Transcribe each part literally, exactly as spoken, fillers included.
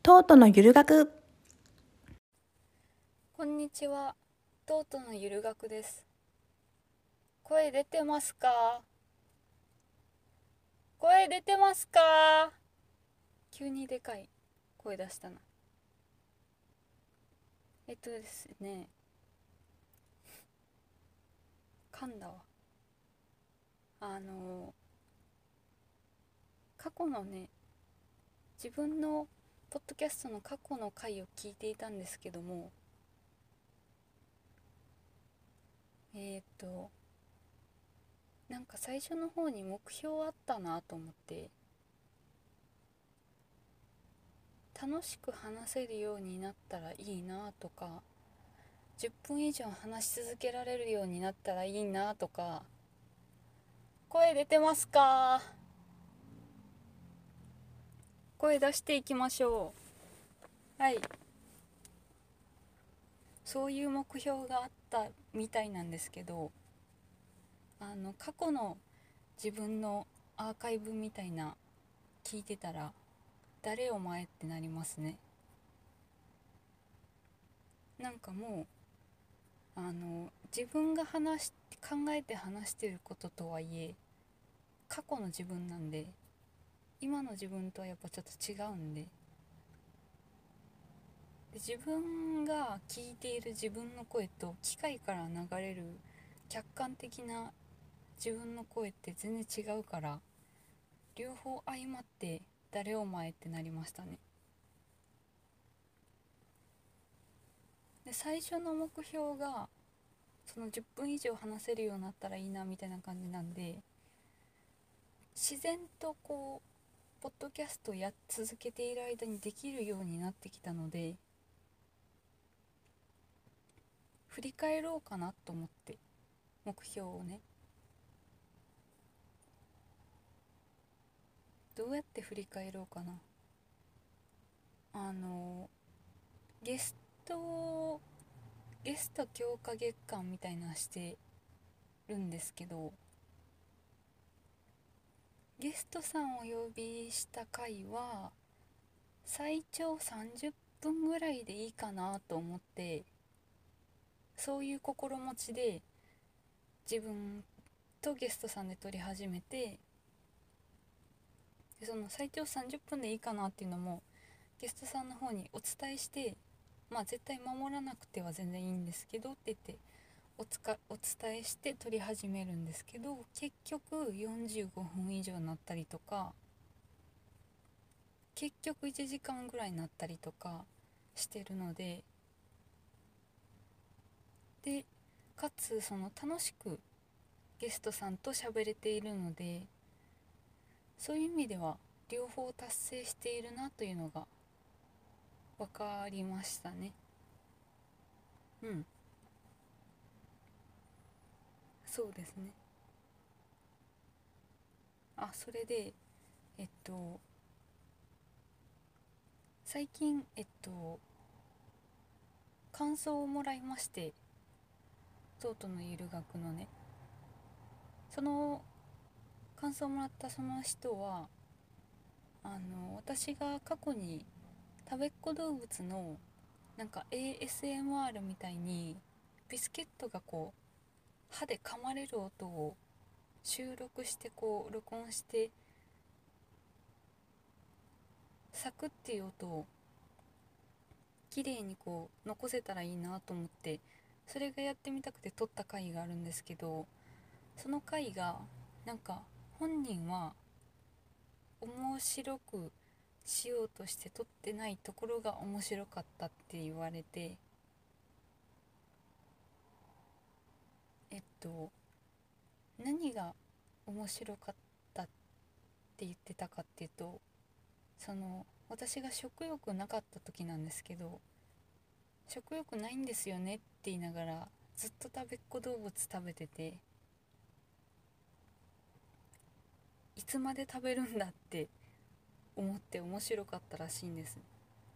トートのゆる学。 こんにちは、トートのゆるがくです。声出てますか？声出てますか？急にでかい声出したな。えっとですね、噛んだわ。あの、過去のね、自分のポッドキャストの過去の回を聞いていたんですけども、えーっと、なんか最初の方に目標あったなと思って、楽しく話せるようになったらいいなとか、じゅっぷん以上話し続けられるようになったらいいなとか、声出てますか？声出していきましょう。はい。そういう目標があったみたいなんですけど、あの、過去の自分のアーカイブみたいな聞いてたら、誰お前ってなりますね。なんかもう、あの、自分が話し、考えて話してることとはいえ、過去の自分なんで、今の自分とはやっぱちょっと違うんで、で自分が聞いている自分の声と機械から流れる客観的な自分の声って全然違うから、両方相まって誰お前ってなりましたね。で最初の目標がそのじゅっぷん以上話せるようになったらいいなみたいな感じなんで、自然とこうポッドキャストをやっ続けている間にできるようになってきたので、振り返ろうかなと思って、目標をね、どうやって振り返ろうかな。あのゲストゲスト強化月間みたいなのしてるんですけど、ゲストさんをお呼びした回は最長さんじゅっぷんぐらいでいいかなと思って、そういう心持ちで自分とゲストさんで撮り始めて、でその最長さんじゅっぷんでいいかなっていうのもゲストさんの方にお伝えして、まあ絶対守らなくては全然いいんですけどって言っておつかお伝えして撮り始めるんですけど、結局よんじゅうごふん以上になったりとか、結局いちじかんぐらいになったりとかしてるので、でかつその楽しくゲストさんと喋れているので、そういう意味では両方達成しているなというのが分かりましたね。うん、そうですね。あ、それでえっと最近えっと感想をもらいまして、トートのゆる学のね、その感想をもらったその人は、あの私が過去にたべっ子どうぶつのなんか エーエスエムアール みたいにビスケットがこう歯で噛まれる音を収録してこう録音してサクっていう音を綺麗にこう残せたらいいなと思って、それがやってみたくて撮った回があるんですけど、その回がなんか本人は面白くしようとして撮ってないところが面白かったって言われて、えっと何が面白かったって言ってたかっていうと、その私が食欲なかった時なんですけど、食欲ないんですよねって言いながらずっと食べっ子動物食べてて、いつまで食べるんだって思って面白かったらしいんです。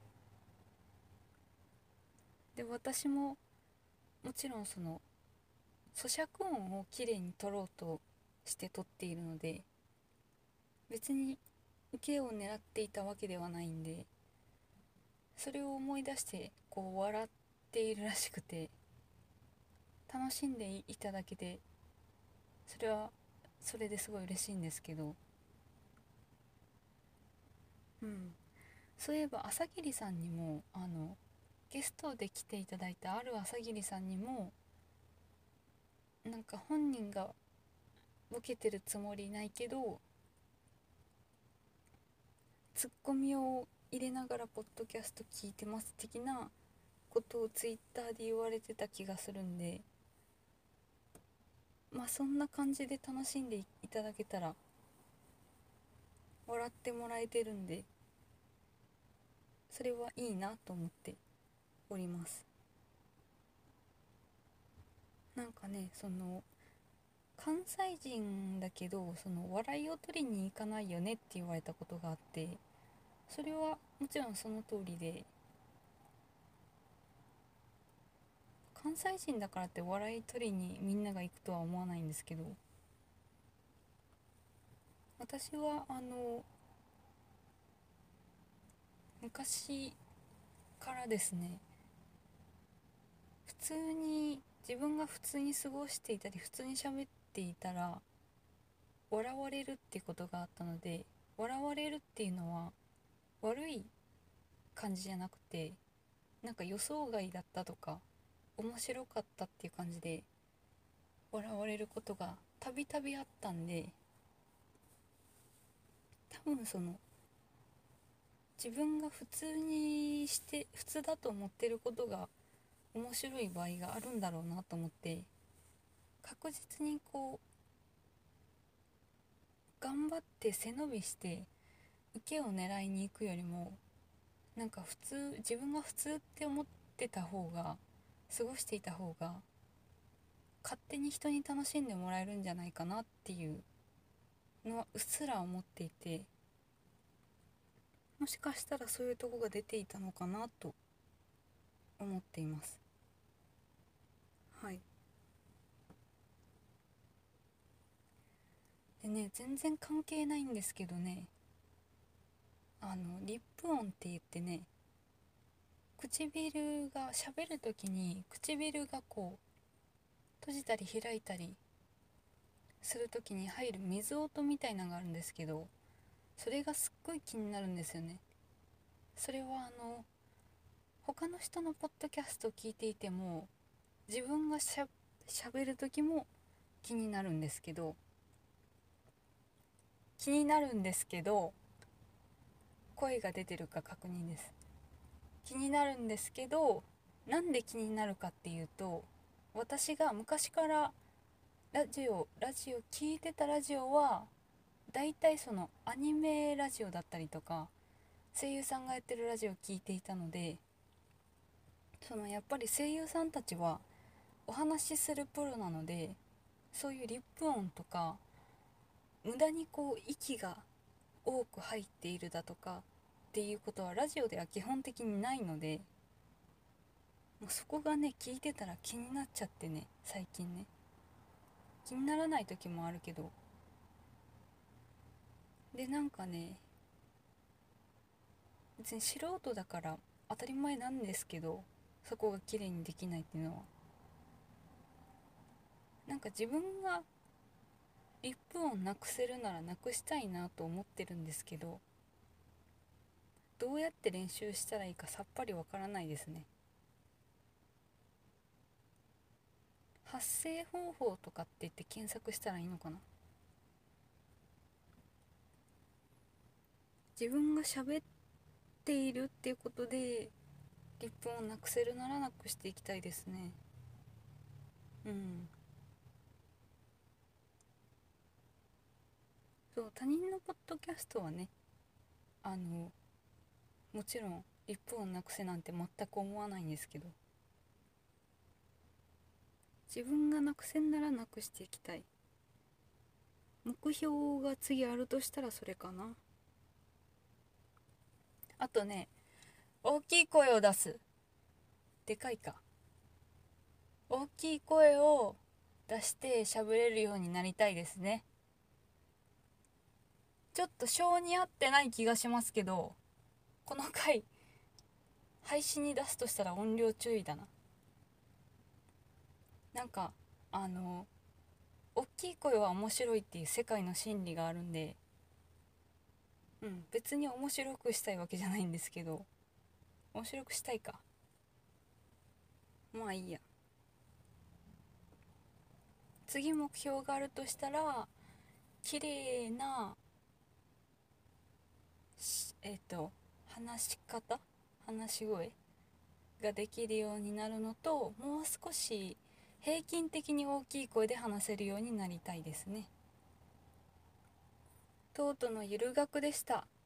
で私ももちろんその咀嚼音をきれいに取ろうとして取っているので、別に受けを狙っていたわけではないんで、 それを思い出してこう笑っているらしくて、楽しんでいただけて、それはそれですごい嬉しいんですけど、うん、そういえば朝霧さんにもあのゲストで来ていただいたある朝霧さんにも、なんか本人がボケてるつもりないけどツッコミを入れながらポッドキャスト聞いてます的なことをツイッターで言われてた気がするんで、まあそんな感じで楽しんでいただけたら、笑ってもらえてるんで、それはいいなと思っております。なんかね、その関西人だけどその笑いを取りに行かないよねって言われたことがあって、それはもちろんその通りで、関西人だからって笑い取りにみんなが行くとは思わないんですけど、私はあの昔からですね、普通に自分が普通に過ごしていたり普通に喋っていたら笑われるってことがあったので、笑われるっていうのは悪い感じじゃなくて、なんか予想外だったとか面白かったっていう感じで笑われることがたびたびあったんで、多分その自分が普通にして普通だと思ってることが面白い場合があるんだろうなと思って、確実にこう頑張って背伸びして受けを狙いに行くよりも、なんか普通自分が普通って思ってた方が、過ごしていた方が勝手に人に楽しんでもらえるんじゃないかなっていうのはうっすら思っていて、もしかしたらそういうとこが出ていたのかなと思っています。はい。でね、全然関係ないんですけどね、あのリップ音って言ってね、唇が喋る時に唇がこう閉じたり開いたりする時に入る水音みたいなのがあるんですけど、それがすっごい気になるんですよね。それはあの他の人のポッドキャストを聞いていても自分がしゃ喋る時も気になるんですけど気になるんですけど声が出てるか確認です。気になるんですけど、なんで気になるかっていうと、私が昔からラジオラジオ聞いてたラジオはだいたいそのアニメラジオだったりとか声優さんがやってるラジオを聞いていたので、そのやっぱり声優さんたちはお話しするプロなので、そういうリップ音とか無駄にこう息が多く入っているだとかっていうことはラジオでは基本的にないので、もうそこがね聞いてたら気になっちゃってね、最近ね、気にならない時もあるけど、でなんかね、別に素人だから当たり前なんですけど、そこが綺麗にできないっていうのは、なんか自分がリップ音なくせるならなくしたいなと思ってるんですけど、どうやって練習したらいいかさっぱりわからないですね。発声方法とかって言って検索したらいいのかな。自分が喋っているっていうことでリップ音なくせるならなくしていきたいですね。うん。そう、他人のポッドキャストはね、あのもちろんリップ音なくせなんて全く思わないんですけど、自分がなくせんならなくしていきたい。目標が次あるとしたらそれかな。あとね、大きい声を出す。でかいか。大きい声を出して喋れるようになりたいですね。ちょっと性に合ってない気がしますけど、この回配信に出すとしたら音量注意だな。なんかあの大きい声は面白いっていう世界の真理があるんで、うん別に面白くしたいわけじゃないんですけど、面白くしたいか、まあいいや。次目標があるとしたら、綺麗なえっ、と話し方話し声ができるようになるのと、もう少し平均的に大きい声で話せるようになりたいですね。トートのゆる学でした。